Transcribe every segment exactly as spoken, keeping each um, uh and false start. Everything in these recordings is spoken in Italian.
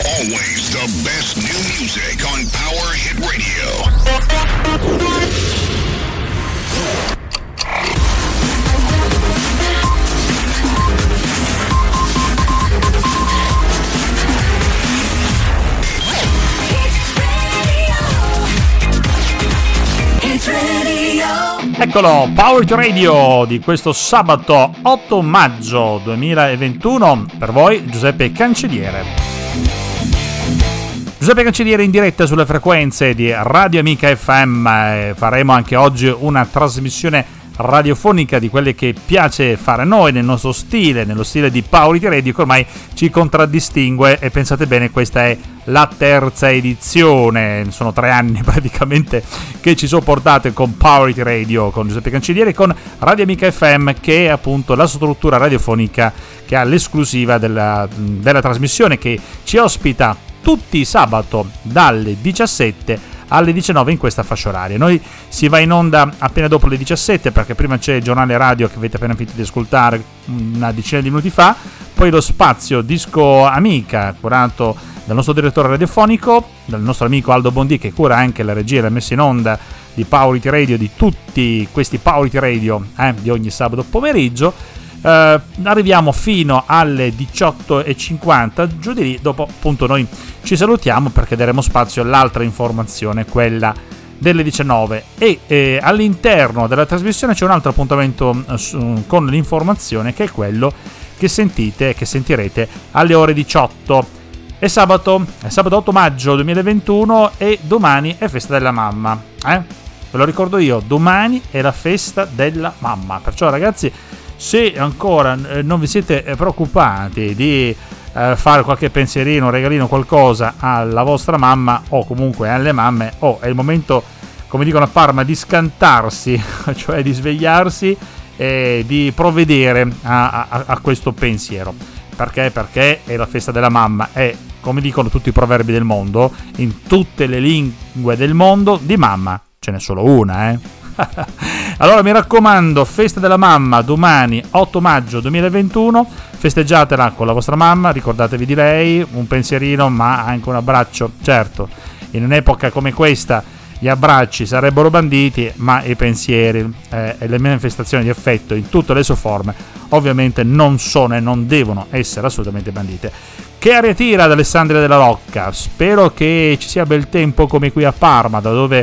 Always the best new music on Power Hit Radio. Eccolo, Power Hit Radio di questo sabato otto maggio duemilaventuno, per voi Giuseppe Cancelliere. Giuseppe Cancelliere in diretta sulle frequenze di Radio Amica F M. Faremo anche oggi una trasmissione radiofonica di quelle che piace fare a noi nel nostro stile, nello stile di Power Hit Radio che ormai ci contraddistingue, e pensate bene, questa è la terza edizione, sono tre anni praticamente che ci sopportate con Power Hit Radio, con Giuseppe Cancelliere, con Radio Amica F M, che è appunto la struttura radiofonica che ha l'esclusiva della, della trasmissione, che ci ospita tutti i sabato dalle diciassette alle diciannove in questa fascia oraria. Noi si va in onda appena dopo le diciassette, perché prima c'è il giornale radio che avete appena finito di ascoltare una decina di minuti fa, poi lo spazio Disco Amica curato dal nostro direttore radiofonico, dal nostro amico Aldo Bondi, che cura anche la regia e la messa in onda di Power Hit Radio, di tutti questi Power Hit Radio eh, di ogni sabato pomeriggio. Uh, arriviamo fino alle diciotto e cinquanta, giù di lì, dopo appunto noi ci salutiamo perché daremo spazio all'altra informazione, quella delle diciannove, e eh, all'interno della trasmissione c'è un altro appuntamento uh, con l'informazione, che è quello che sentite, che sentirete alle ore diciotto. È sabato, è sabato otto maggio duemilaventuno e domani è festa della mamma, eh? Ve lo ricordo io, domani è la festa della mamma, perciò ragazzi, se ancora non vi siete preoccupati di eh, fare qualche pensierino, regalino, qualcosa alla vostra mamma o comunque alle mamme, oh, è il momento, come dicono a Parma, di scantarsi, cioè di svegliarsi e di provvedere a, a, a questo pensiero. Perché? Perché è la festa della mamma e, come dicono tutti i proverbi del mondo, in tutte le lingue del mondo di mamma ce n'è solo una, eh. Allora mi raccomando, festa della mamma domani otto maggio duemilaventuno, festeggiatela con la vostra mamma, ricordatevi di lei, un pensierino ma anche un abbraccio. Certo, in un'epoca come questa gli abbracci sarebbero banditi, ma i pensieri eh, e le manifestazioni di affetto in tutte le sue forme ovviamente non sono e non devono essere assolutamente bandite. Che aria tira ad Alessandria della Rocca, spero che ci sia bel tempo come qui a Parma, da dove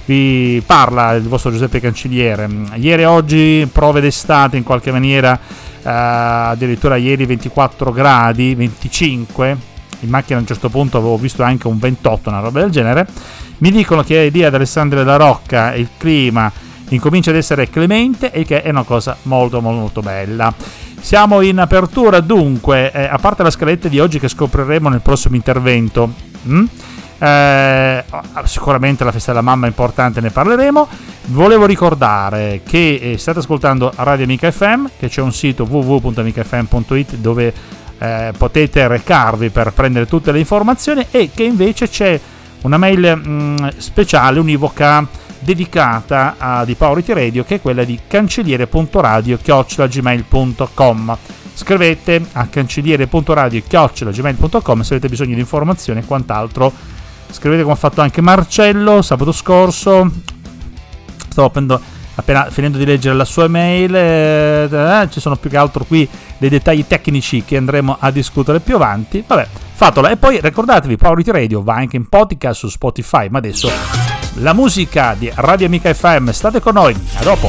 vi parla il vostro Giuseppe Cancelliere. Ieri e oggi prove d'estate in qualche maniera, eh, addirittura ieri ventiquattro gradi, venticinque, in macchina a un certo punto avevo visto anche un ventotto, una roba del genere. Mi dicono che lì ad Alessandria della Rocca il clima incomincia ad essere clemente, e che è una cosa molto molto, molto bella. Siamo in apertura dunque, eh, a parte la scaletta di oggi che scopriremo nel prossimo intervento, hm? Eh, sicuramente la festa della mamma è importante, ne parleremo. Volevo ricordare che eh, state ascoltando Radio Amica F M, che c'è un sito w w w punto amica f m punto it dove eh, potete recarvi per prendere tutte le informazioni, e che invece c'è una mail mh, speciale, univoca, dedicata a di Power Hit Radio, che è quella di cancelliere punto radio chiocciola gmail punto com. Scrivete a cancelliere punto radio chiocciola gmail punto com se avete bisogno di informazioni e quant'altro. Scrivete come ha fatto anche Marcello sabato scorso. Stavo appena, appena finendo di leggere la sua mail, eh, eh, ci sono più che altro qui dei dettagli tecnici che andremo a discutere più avanti. Vabbè, fatelo. E poi ricordatevi, Power Hit Radio va anche in podcast su Spotify, ma adesso la musica di Radio Amica F M. State con noi, a dopo.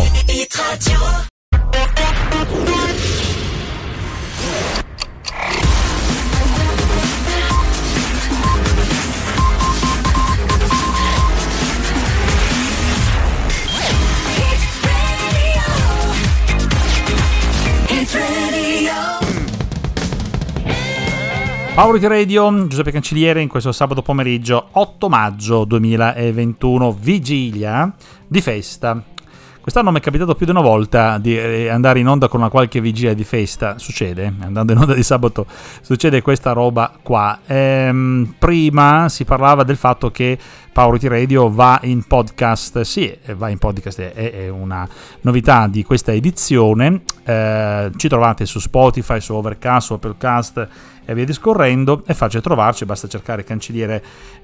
Power Hit Radio, Giuseppe Cancelliere in questo sabato pomeriggio otto maggio duemilaventuno, vigilia di festa. Quest'anno mi è capitato più di una volta di andare in onda con una qualche vigilia di festa, succede, andando in onda di sabato succede questa roba qua. Ehm, prima si parlava del fatto che Power Hit Radio va in podcast, sì, va in podcast, è, è una novità di questa edizione, eh, ci trovate su Spotify, su Overcast, su Applecast e via discorrendo. È facile trovarci, basta cercare Cancelliere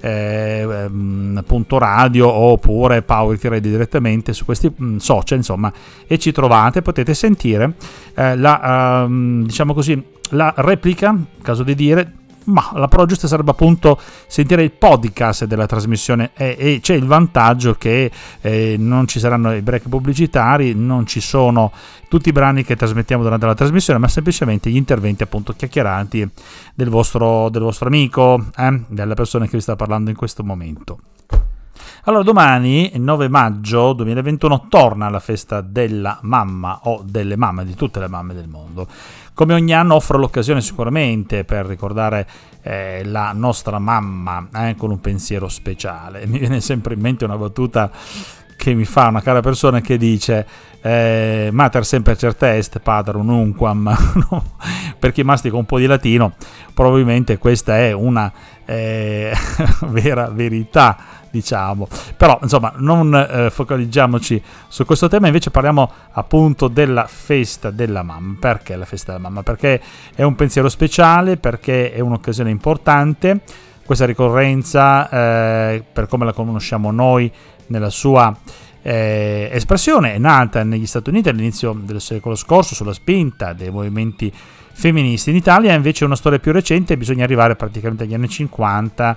eh, punto radio oppure Powerity Radio direttamente su questi mh, social, insomma, e ci trovate. Potete sentire eh, la uh, diciamo così la replica, caso di dire, ma la parola giusta sarebbe appunto sentire il podcast della trasmissione, e, e c'è il vantaggio che eh, non ci saranno i break pubblicitari, non ci sono tutti i brani che trasmettiamo durante la trasmissione, ma semplicemente gli interventi appunto chiacchierati del vostro, del vostro amico, eh, della persona che vi sta parlando in questo momento. Allora, domani, nove maggio duemilaventuno, torna la festa della mamma o delle mamme, di tutte le mamme del mondo. Come ogni anno offro l'occasione sicuramente per ricordare eh, la nostra mamma eh, con un pensiero speciale. Mi viene sempre in mente una battuta che mi fa una cara persona che dice eh, mater semper certa est, pater nunquam. No? Per chi mastica un po' di latino, probabilmente questa è una eh, vera verità, diciamo. Però insomma non eh, focalizziamoci su questo tema, invece parliamo appunto della festa della mamma. Perché la festa della mamma? Perché è un pensiero speciale, perché è un'occasione importante. Questa ricorrenza, eh, per come la conosciamo noi nella sua eh, espressione, è nata negli Stati Uniti all'inizio del secolo scorso sulla spinta dei movimenti femministi. In Italia invece è una storia più recente, bisogna arrivare praticamente agli anni cinquanta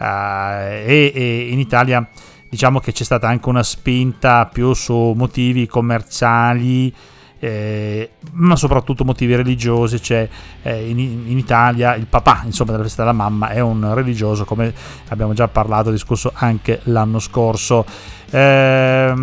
eh, e, e in Italia diciamo che c'è stata anche una spinta più su motivi commerciali, eh, ma soprattutto motivi religiosi. C'è eh, in, in Italia il papà, insomma, della festa della mamma è un religioso, come abbiamo già parlato, discusso anche l'anno scorso. Eh,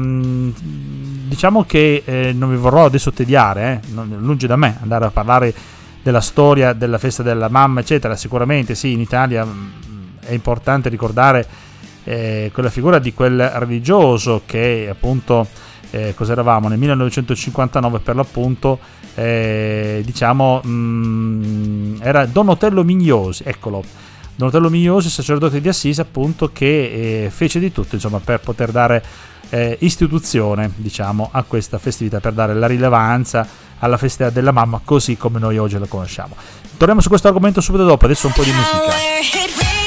diciamo che eh, non vi vorrò adesso tediare, eh, non, lungi da me andare a parlare della storia della festa della mamma eccetera. Sicuramente sì, in Italia mh, è importante ricordare eh, quella figura di quel religioso che appunto eh, cos'eravamo nel millenovecentocinquantanove per l'appunto, eh, diciamo mh, era Donatello Mignosi, eccolo, Donatello Mignosi, sacerdote di Assisi appunto, che eh, fece di tutto insomma per poter dare eh, istituzione diciamo a questa festività, per dare la rilevanza alla festa della mamma così come noi oggi la conosciamo. Torniamo su questo argomento subito dopo, adesso un po' di musica.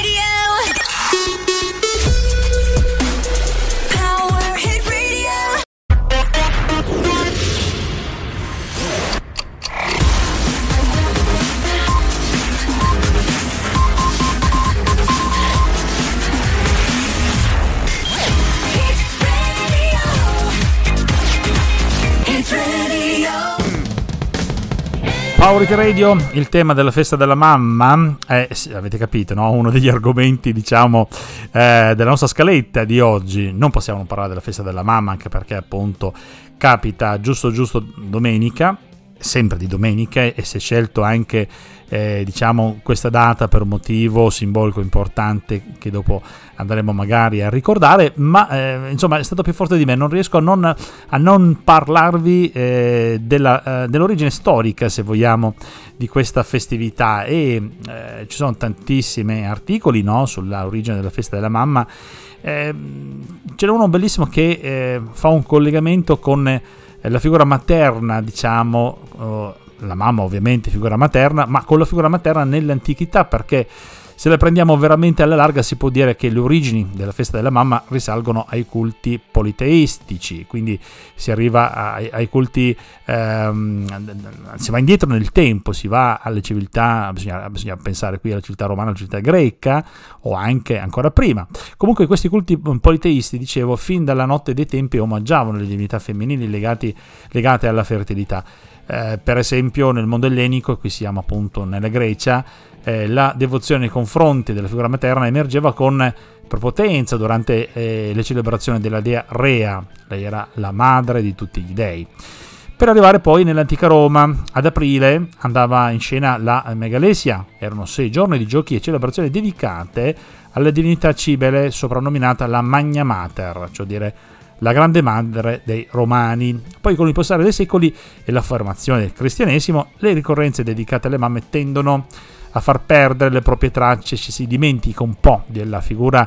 Powerity Radio, il tema della festa della mamma è, avete capito, no? Uno degli argomenti diciamo eh, della nostra scaletta di oggi. Non possiamo non parlare della festa della mamma, anche perché appunto capita giusto giusto domenica, sempre di domenica, e si è scelto anche eh, diciamo questa data per un motivo simbolico importante che dopo andremo magari a ricordare, ma eh, insomma è stato più forte di me, non riesco a non, a non parlarvi eh, della, eh, dell'origine storica, se vogliamo, di questa festività. E eh, ci sono tantissimi articoli, no, sulla origine della festa della mamma. Eh, ce n'è uno bellissimo che eh, fa un collegamento con eh, la figura materna, diciamo, uh, la mamma ovviamente figura materna, ma con la figura materna nell'antichità, perché se la prendiamo veramente alla larga si può dire che le origini della festa della mamma risalgono ai culti politeistici, quindi si arriva ai, ai culti, ehm, si va indietro nel tempo, si va alle civiltà, bisogna, bisogna pensare qui alla civiltà romana, alla civiltà greca o anche ancora prima. Comunque questi culti politeisti, dicevo, fin dalla notte dei tempi omaggiavano le divinità femminili legati, legate alla fertilità. Eh, per esempio nel mondo ellenico, qui siamo appunto nella Grecia, eh, la devozione nei confronti della figura materna emergeva con prepotenza durante eh, le celebrazioni della dea Rea. Lei era la madre di tutti gli dei. Per arrivare poi nell'antica Roma, ad aprile andava in scena la Megalesia. Erano sei giorni di giochi e celebrazioni dedicate alla divinità Cibele, soprannominata la Magna Mater, cioè dire la grande madre dei romani. Poi con il passare dei secoli e l'affermazione del cristianesimo, le ricorrenze dedicate alle mamme tendono a far perdere le proprie tracce, ci si dimentica un po' della figura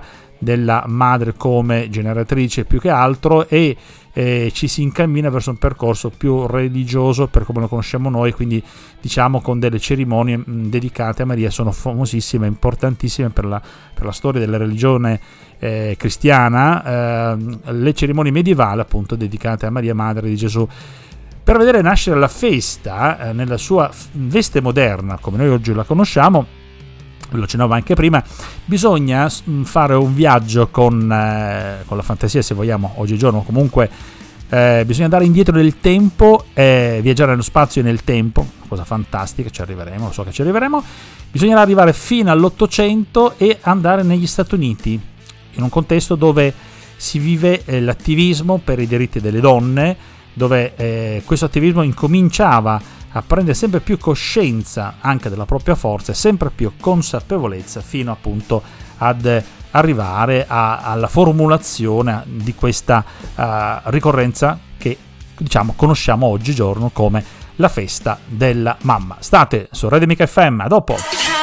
della madre come generatrice più che altro, e eh, ci si incammina verso un percorso più religioso per come lo conosciamo noi, quindi diciamo con delle cerimonie mh, dedicate a Maria. Sono famosissime, importantissime per la, per la storia della religione eh, cristiana, eh, le cerimonie medievali appunto dedicate a Maria, madre di Gesù. Per vedere nascere la festa eh, nella sua veste moderna come noi oggi la conosciamo, lo accennavo anche prima, bisogna fare un viaggio con, eh, con la fantasia, se vogliamo, oggigiorno. Comunque eh, bisogna andare indietro nel tempo, eh, viaggiare nello spazio e nel tempo, una cosa fantastica, ci arriveremo, lo so che ci arriveremo. Bisognerà arrivare fino all'Ottocento e andare negli Stati Uniti, in un contesto dove si vive eh, l'attivismo per i diritti delle donne, dove eh, questo attivismo incominciava a prendere sempre più coscienza anche della propria forza e sempre più consapevolezza, fino appunto ad arrivare a, alla formulazione di questa uh, ricorrenza che diciamo conosciamo oggigiorno come la festa della mamma. State su Radio Amica F M, a dopo.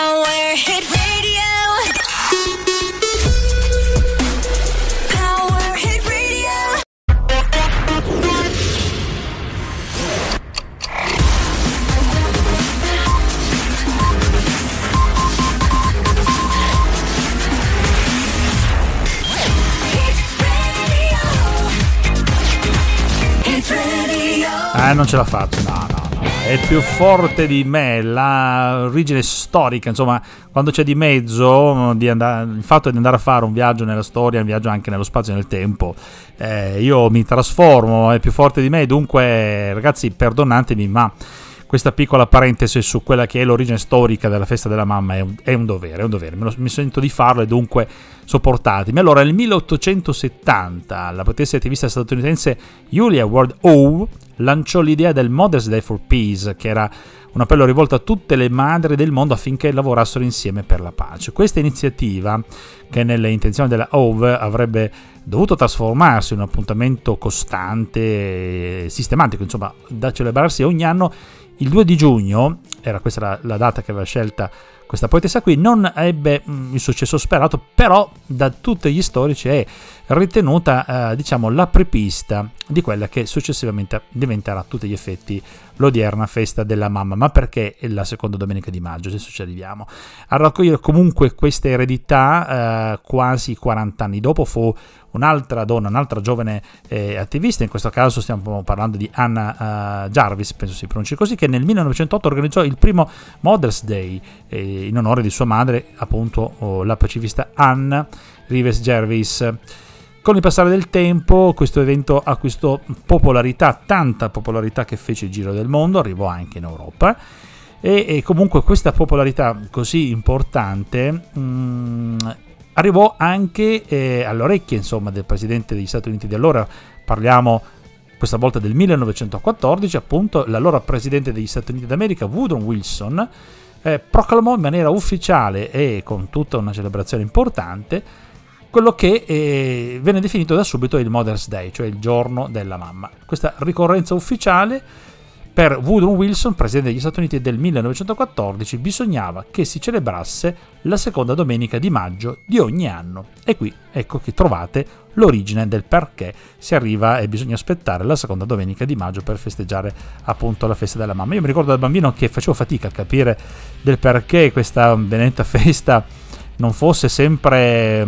Eh, non ce la faccio, no, no, no, è più forte di me, l'origine storica, insomma, quando c'è di mezzo di andare, il fatto di andare a fare un viaggio nella storia, un viaggio anche nello spazio e nel tempo, eh, io mi trasformo, è più forte di me, dunque ragazzi perdonatemi, ma questa piccola parentesi su quella che è l'origine storica della festa della mamma è un, è un dovere, è un dovere, me lo, mi sento di farlo e dunque sopportatemi. Allora, nel milleottocentosettanta la poetessa e attivista statunitense Julia Ward Howe lanciò l'idea del Mother's Day for Peace, che era un appello rivolto a tutte le madri del mondo affinché lavorassero insieme per la pace. Questa iniziativa, che nelle intenzioni della Howe avrebbe dovuto trasformarsi in un appuntamento costante e sistematico, insomma, da celebrarsi ogni anno, il due di giugno, era questa la, la data che aveva scelta questa poetessa qui, non ebbe mh, il successo sperato, però da tutti gli storici è ritenuta eh, diciamo l'apripista di quella che successivamente diventerà a tutti gli effetti l'odierna festa della mamma. Ma perché la seconda domenica di maggio? Adesso ci arriviamo. A raccogliere comunque questa eredità eh, quasi quaranta anni dopo fu un'altra donna, un'altra giovane eh, attivista, in questo caso stiamo parlando di Anna uh, Jarvis, penso si pronunci così, che nel millenovecentotto organizzò il primo Mother's Day eh, in onore di sua madre, appunto oh, la pacifista Anna Rives Jarvis. Con il passare del tempo questo evento acquistò popolarità, tanta popolarità che fece il giro del mondo, arrivò anche in Europa, e, e comunque questa popolarità così importante mh, arrivò anche eh, alle orecchie, insomma, del presidente degli Stati Uniti di allora. Parliamo questa volta del millenovecentoquattordici, appunto. L'allora presidente degli Stati Uniti d'America, Woodrow Wilson, eh, proclamò in maniera ufficiale e con tutta una celebrazione importante quello che eh, venne definito da subito il Mother's Day, cioè il giorno della mamma. Questa ricorrenza ufficiale per Woodrow Wilson, presidente degli Stati Uniti del millenovecentoquattordici, bisognava che si celebrasse la seconda domenica di maggio di ogni anno. E qui ecco che trovate l'origine del perché si arriva e bisogna aspettare la seconda domenica di maggio per festeggiare appunto la festa della mamma. Io mi ricordo da bambino che facevo fatica a capire del perché questa benedetta festa non fosse sempre,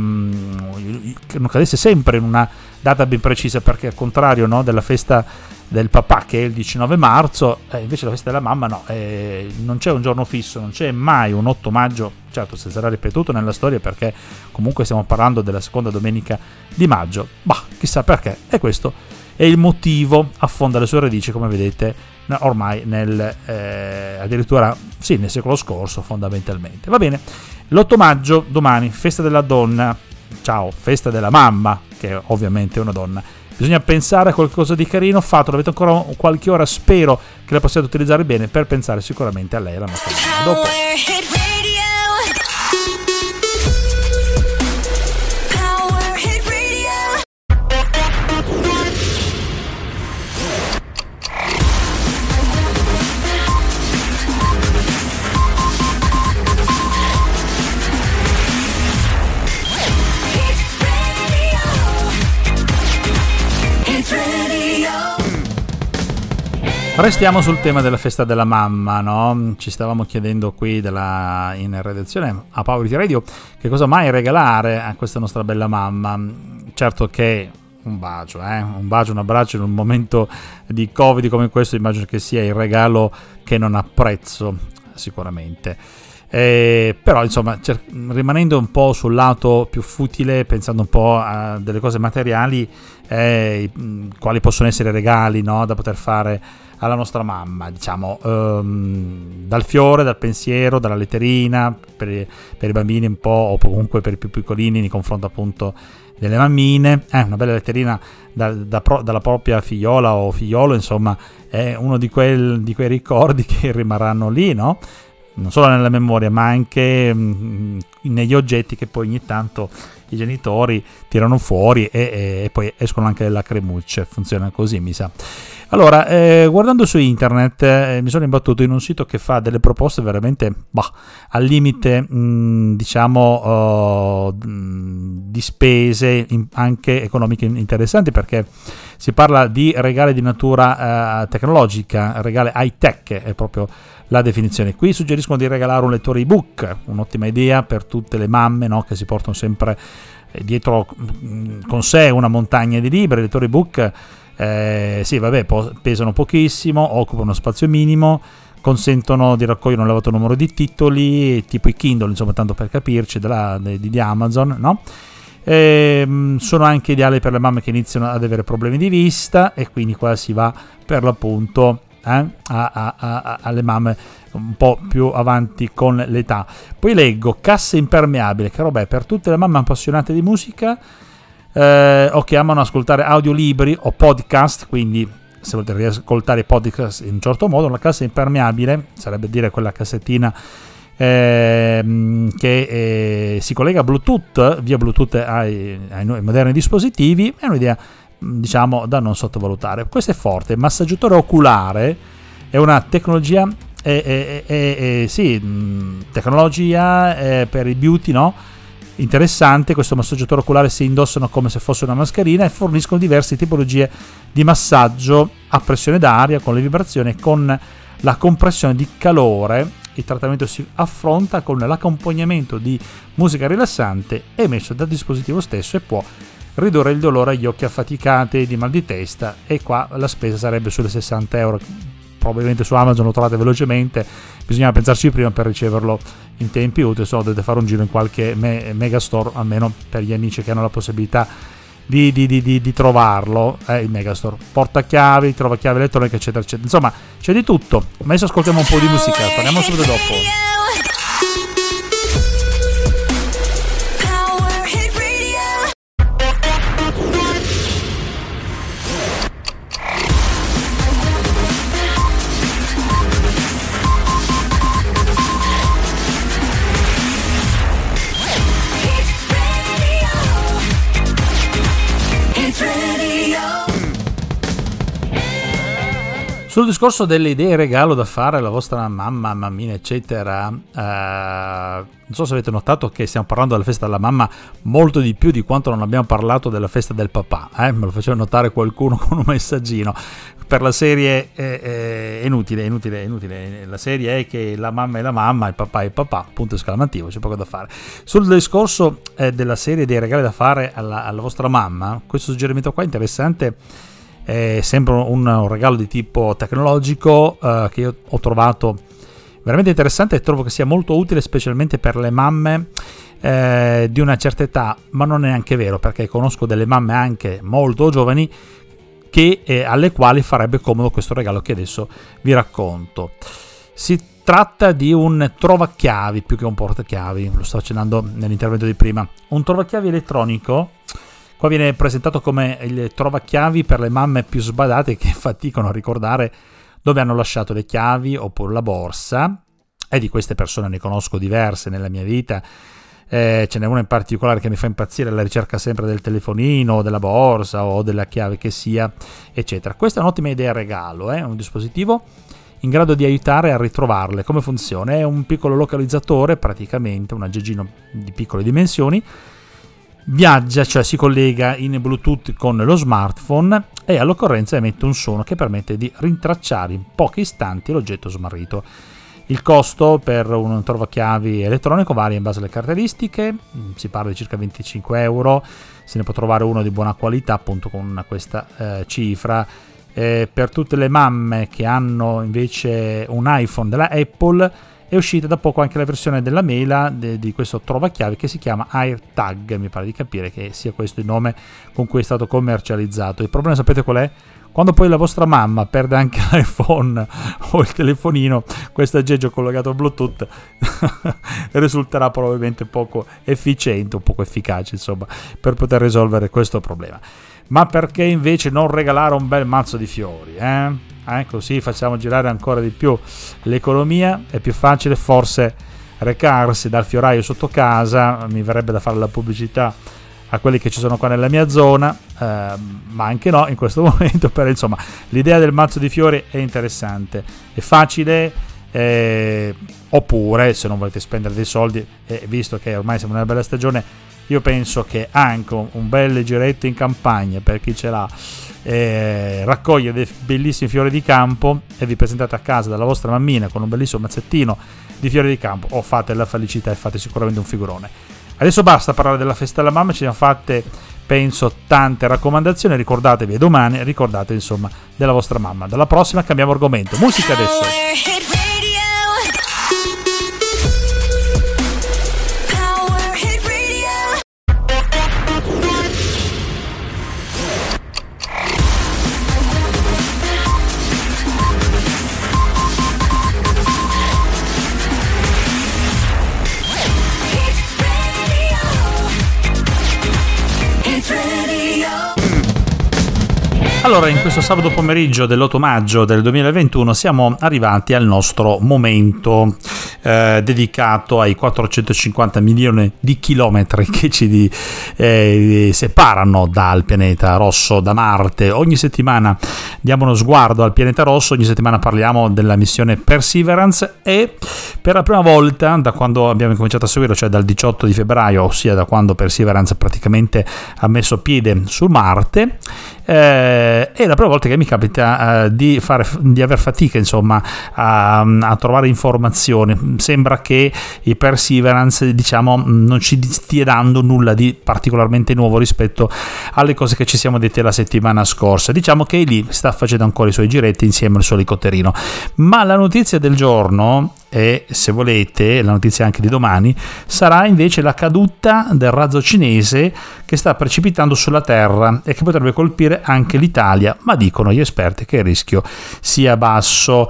mh, che non cadesse sempre in una data ben precisa, perché al contrario, no, della festa del papà che è il diciannove marzo, eh, invece la festa della mamma no, eh, non c'è un giorno fisso, non c'è mai un otto maggio, certo si sarà ripetuto nella storia perché comunque stiamo parlando della seconda domenica di maggio, ma chissà perché, e questo è il motivo, affonda le sue radici come vedete ormai nel eh, addirittura sì nel secolo scorso fondamentalmente. Va bene, l'otto maggio domani, festa della donna, ciao, festa della mamma, che ovviamente è una donna. Bisogna pensare a qualcosa di carino, fatelo, avete ancora qualche ora, spero che la possiate utilizzare bene per pensare sicuramente a lei, la nostra mamma. Dopo. Restiamo sul tema della festa della mamma, no? Ci stavamo chiedendo qui della, in redazione a Power Radio che cosa mai regalare a questa nostra bella mamma. Certo che un bacio, eh? un bacio, un abbraccio in un momento di Covid come questo immagino che sia il regalo che non ha prezzo sicuramente. Eh, però insomma cer- rimanendo un po' sul lato più futile, pensando un po' a delle cose materiali, eh, quali possono essere i regali, no? Da poter fare alla nostra mamma, diciamo, um, dal fiore, dal pensiero, dalla letterina per, per i bambini un po', o comunque per i più piccolini nei confronti appunto delle mammine, eh, una bella letterina da, da pro, dalla propria figliola o figliolo, insomma è uno di, quel, di quei ricordi che rimarranno lì, no? Non solo nella memoria ma anche mh, negli oggetti che poi ogni tanto i genitori tirano fuori e, e, e poi escono anche le lacrimucce, funziona così mi sa. Allora, eh, guardando su internet eh, mi sono imbattuto in un sito che fa delle proposte veramente bah, al limite mh, diciamo uh, di spese in, anche economiche interessanti, perché si parla di regali di natura uh, tecnologica, regali high tech è proprio la definizione. Qui suggeriscono di regalare un lettore ebook, un'ottima idea per tutte le mamme, no, che si portano sempre dietro mh, con sé una montagna di libri. I lettori ebook Eh, sì, vabbè, po- pesano pochissimo, occupano uno spazio minimo, consentono di raccogliere un elevato numero di titoli, tipo i Kindle, insomma, tanto per capirci, della, di, di Amazon, no? E, sono anche ideali per le mamme che iniziano ad avere problemi di vista, e quindi qua si va per l'appunto eh, a, a, a, alle mamme un po' più avanti con l'età. Poi leggo casse impermeabili, che roba è per tutte le mamme appassionate di musica, Eh, o che amano ascoltare audiolibri o podcast, quindi se volete riascoltare i podcast in un certo modo. Una cassa impermeabile sarebbe dire quella cassettina eh, che eh, si collega a Bluetooth, via Bluetooth ai, ai moderni dispositivi. È un'idea diciamo da non sottovalutare. Questo è forte. Massaggiatore oculare è una tecnologia eh, eh, eh, eh, sì, tecnologia eh, per i beauty, no? Interessante. Questo massaggiatore oculare si indossano come se fosse una mascherina e forniscono diverse tipologie di massaggio a pressione d'aria, con le vibrazioni e con la compressione di calore. Il trattamento si affronta con l'accompagnamento di musica rilassante emesso dal dispositivo stesso e può ridurre il dolore agli occhi affaticati e di mal di testa, e qua la spesa sarebbe sulle sessanta euro. Probabilmente su Amazon lo trovate velocemente, bisogna pensarci prima per riceverlo in tempi utili, se no dovete fare un giro in qualche me- megastore, almeno per gli amici che hanno la possibilità di, di, di, di, di trovarlo, eh, il megastore, portachiavi, trovachiavi elettroniche eccetera eccetera, insomma c'è di tutto. Ma adesso ascoltiamo un po' di musica, torniamo subito dopo. Sul discorso delle idee regalo da fare alla vostra mamma, mammina, eccetera, eh, non so se avete notato che stiamo parlando della festa della mamma molto di più di quanto non abbiamo parlato della festa del papà. Eh? Me lo faceva notare qualcuno con un messaggino. Per la serie è, è inutile, è inutile, è inutile. La serie è che la mamma è la mamma, il papà è il papà, punto esclamativo, c'è poco da fare. Sul discorso eh, della serie dei regali da fare alla, alla vostra mamma, questo suggerimento qua è interessante. È sempre un, un regalo di tipo tecnologico eh, che io ho trovato veramente interessante e trovo che sia molto utile specialmente per le mamme eh, di una certa età, ma non è neanche vero, perché conosco delle mamme anche molto giovani che, eh, alle quali farebbe comodo questo regalo che adesso vi racconto. Si tratta di un trovachiavi più che un portachiavi, lo sto accennando nell'intervento di prima, un trovachiavi elettronico. Qua viene presentato come il trovachiavi per le mamme più sbadate che faticano a ricordare dove hanno lasciato le chiavi oppure la borsa, e di queste persone ne conosco diverse nella mia vita. Eh, ce n'è una in particolare che mi fa impazzire, la ricerca sempre del telefonino, della borsa o della chiave che sia, eccetera. Questa è un'ottima idea regalo, è eh? un dispositivo in grado di aiutare a ritrovarle. Come funziona? È un piccolo localizzatore, praticamente un aggeggino di piccole dimensioni, viaggia, cioè si collega in Bluetooth con lo smartphone e all'occorrenza emette un suono che permette di rintracciare in pochi istanti l'oggetto smarrito. Il costo per un trovachiavi elettronico varia in base alle caratteristiche, si parla di circa venticinque euro, se ne può trovare uno di buona qualità appunto con questa eh, cifra. Eh, per tutte le mamme che hanno invece un iPhone della Apple è uscita da poco anche la versione della mela de, di questo trovachiavi che si chiama AirTag, mi pare di capire che sia questo il nome con cui è stato commercializzato. Il problema sapete qual è? Quando poi la vostra mamma perde anche l'iPhone o il telefonino, questo aggeggio collegato a Bluetooth risulterà probabilmente poco efficiente o poco efficace, insomma, per poter risolvere questo problema. Ma perché invece non regalare un bel mazzo di fiori? Eh? Eh, così facciamo girare ancora di più l'economia. È più facile forse recarsi dal fioraio sotto casa, mi verrebbe da fare la pubblicità a quelli che ci sono qua nella mia zona, eh, ma anche no in questo momento, però insomma l'idea del mazzo di fiori è interessante, è facile, eh, oppure se non volete spendere dei soldi, eh, visto che ormai siamo in una bella stagione, io penso che anche un bel giretto in campagna per chi ce l'ha, eh, raccoglie dei bellissimi fiori di campo e vi presentate a casa dalla vostra mammina con un bellissimo mazzettino di fiori di campo, o fate la felicità e fate sicuramente un figurone. Adesso basta parlare della festa della mamma, ci siamo fatte penso tante raccomandazioni, ricordatevi, e domani ricordate insomma della vostra mamma. Dalla prossima cambiamo argomento, musica adesso. Allora, in questo sabato pomeriggio dell'otto maggio del duemilaventuno siamo arrivati al nostro momento eh, dedicato ai quattrocentocinquanta milioni di chilometri che ci eh, separano dal pianeta rosso, da Marte. Ogni settimana diamo uno sguardo al pianeta rosso, ogni settimana parliamo della missione Perseverance e per la prima volta da quando abbiamo cominciato a seguirlo, cioè dal diciotto di febbraio, ossia da quando Perseverance praticamente ha messo piede su Marte, Eh, è la prima volta che mi capita eh, di, fare, di aver fatica insomma a, a trovare informazioni. Sembra che i Perseverance diciamo non ci stia dando nulla di particolarmente nuovo rispetto alle cose che ci siamo detti la settimana scorsa. Diciamo che lì sta facendo ancora i suoi giretti insieme al suo elicotterino, ma la notizia del giorno, e se volete la notizia anche di domani, sarà invece la caduta del razzo cinese che sta precipitando sulla Terra e che potrebbe colpire anche l'Italia, ma dicono gli esperti che il rischio sia basso.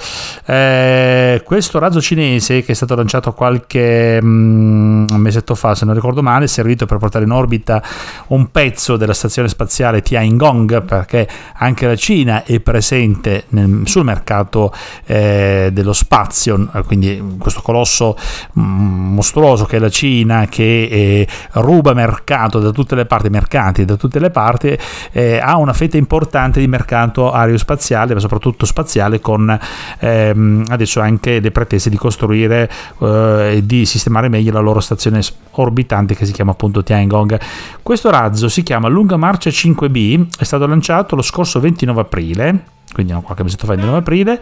Eh, questo razzo cinese, che è stato lanciato qualche mm, mesetto fa se non ricordo male, è servito per portare in orbita un pezzo della stazione spaziale Tiangong, perché anche la Cina è presente nel, sul mercato eh, dello spazio, quindi questo colosso mostruoso che è la Cina, che eh, ruba mercato da tutte le parti, mercati da tutte le parti, eh, ha una fetta importante di mercato aerospaziale, ma soprattutto spaziale, con ehm, adesso anche le pretese di costruire eh, e di sistemare meglio la loro stazione orbitante che si chiama appunto Tiangong. Questo razzo si chiama Lunga Marcia cinque B, è stato lanciato lo scorso ventinove aprile, quindi no, qualche mese fa, ventinove aprile,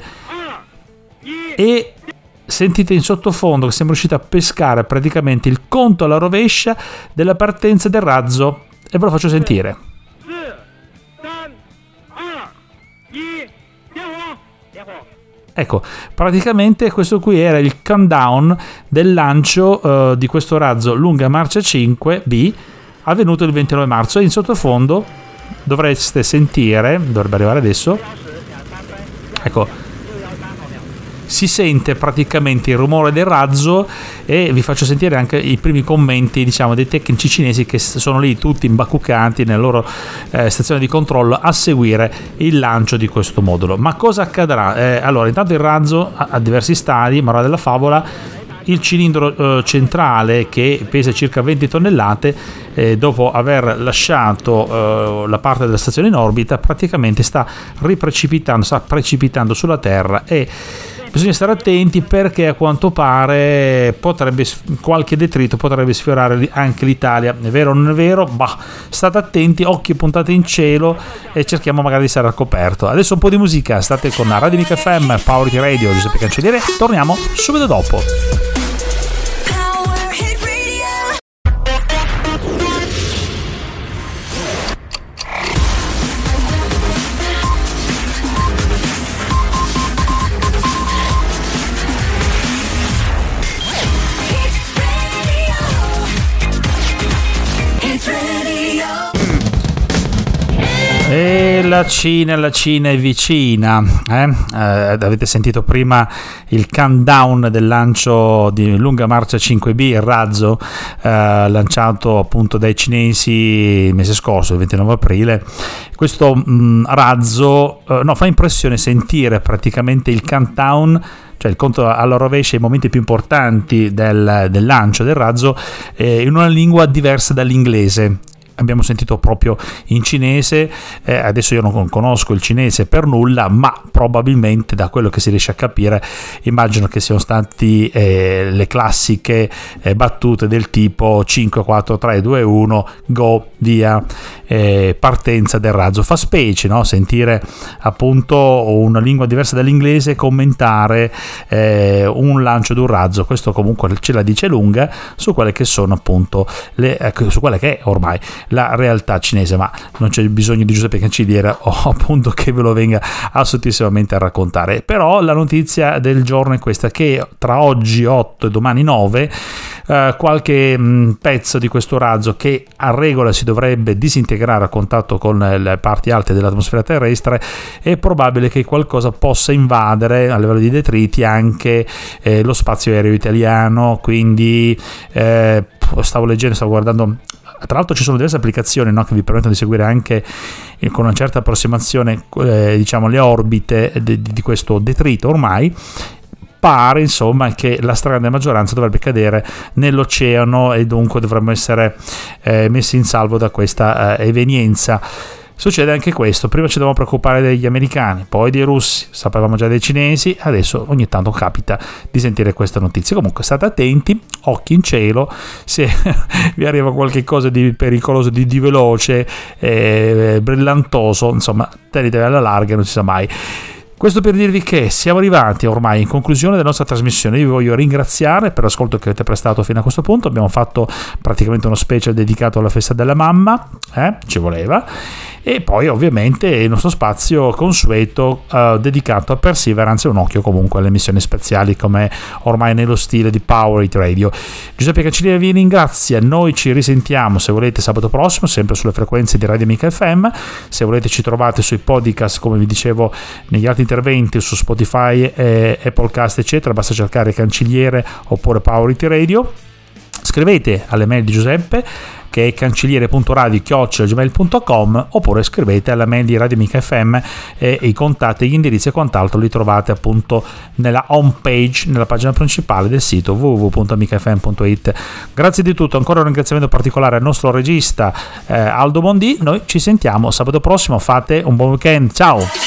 e sentite in sottofondo che siamo riusciti a pescare praticamente il conto alla rovescia della partenza del razzo e ve lo faccio sentire. Ecco, praticamente questo qui era il countdown del lancio uh, di questo razzo Lunga Marcia cinque B, avvenuto il ventinove marzo, e in sottofondo dovreste sentire, dovrebbe arrivare adesso, ecco, si sente praticamente il rumore del razzo, e vi faccio sentire anche i primi commenti diciamo dei tecnici cinesi che sono lì tutti imbacuccati nella loro eh, stazione di controllo a seguire il lancio di questo modulo. Ma cosa accadrà? Eh, allora, intanto il razzo ha, ha diversi stadi, morale della favola. Il cilindro eh, centrale, che pesa circa venti tonnellate, eh, dopo aver lasciato eh, la parte della stazione in orbita, praticamente sta riprecipitando, sta precipitando sulla Terra, e bisogna stare attenti perché a quanto pare potrebbe, qualche detrito potrebbe sfiorare anche l'Italia. È vero o non è vero? Bah, state attenti, occhi puntati in cielo e cerchiamo magari di stare al coperto. Adesso un po' di musica, state con Radio Amica F M, Power Radio, Giuseppe Cancelliere, torniamo subito dopo. E la Cina, la Cina è vicina, eh? Eh, avete sentito prima il countdown del lancio di Lunga Marcia cinque B, il razzo eh, lanciato appunto dai cinesi il mese scorso, il ventinove aprile. Questo mh, razzo eh, no, fa impressione sentire praticamente il countdown, cioè il conto alla rovescia, i momenti più importanti del, del lancio del razzo eh, in una lingua diversa dall'inglese. Abbiamo sentito proprio in cinese, eh, adesso io non conosco il cinese per nulla, ma probabilmente da quello che si riesce a capire immagino che siano stati eh, le classiche eh, battute del tipo cinque, quattro, tre, due, uno, go, via, eh, partenza del razzo. Fa specie, no? Sentire appunto una lingua diversa dall'inglese commentare eh, un lancio di un razzo. Questo comunque ce la dice lunga su quelle che sono appunto le, eh, su quelle che è ormai la realtà cinese, ma non c'è bisogno di Giuseppe Cancelliere o appunto che ve lo venga assolutissimamente a raccontare. Però la notizia del giorno è questa, che tra oggi otto e domani nove eh, qualche mh, pezzo di questo razzo, che a regola si dovrebbe disintegrare a contatto con le parti alte dell'atmosfera terrestre, è probabile che qualcosa possa invadere a livello di detriti anche eh, lo spazio aereo italiano. Quindi eh, stavo leggendo, stavo guardando. Tra l'altro ci sono diverse applicazioni, no, che vi permettono di seguire anche eh, con una certa approssimazione eh, diciamo le orbite di, di questo detrito. Ormai pare insomma che la stragrande maggioranza dovrebbe cadere nell'oceano e dunque dovremmo essere eh, messi in salvo da questa eh, evenienza. Succede anche questo, prima ci dovevamo preoccupare degli americani, poi dei russi, sapevamo già dei cinesi, adesso ogni tanto capita di sentire queste notizie. Comunque state attenti, occhi in cielo, se vi arriva qualche cosa di pericoloso, di, di veloce, eh, brillantoso, insomma tenetevi alla larga, non si sa mai. Questo per dirvi che siamo arrivati ormai in conclusione della nostra trasmissione. Io vi voglio ringraziare per l'ascolto che avete prestato fino a questo punto. Abbiamo fatto praticamente uno special dedicato alla festa della mamma, eh? Ci voleva. E poi ovviamente il nostro spazio consueto uh, dedicato a Perseverance e un occhio comunque alle missioni spaziali, come ormai nello stile di Power Radio. Giuseppe Cancelliere vi ringrazia, noi ci risentiamo se volete sabato prossimo, sempre sulle frequenze di Radio Amica F M. Se volete ci trovate sui podcast, come vi dicevo negli altri interventi, su Spotify, eh, Applecast eccetera, basta cercare Cancelliere oppure Power Radio. Scrivete alle mail di Giuseppe, che è cancelliere punto radio chiocciola gmail punto com, oppure scrivete alla mail di Radio Amica F M e i contatti, gli indirizzi e quant'altro li trovate appunto nella home page, nella pagina principale del sito w w w punto amica f m punto i t. Grazie di tutto, ancora un ringraziamento particolare al nostro regista eh, Aldo Bondi. Noi ci sentiamo sabato prossimo, fate un buon weekend, ciao!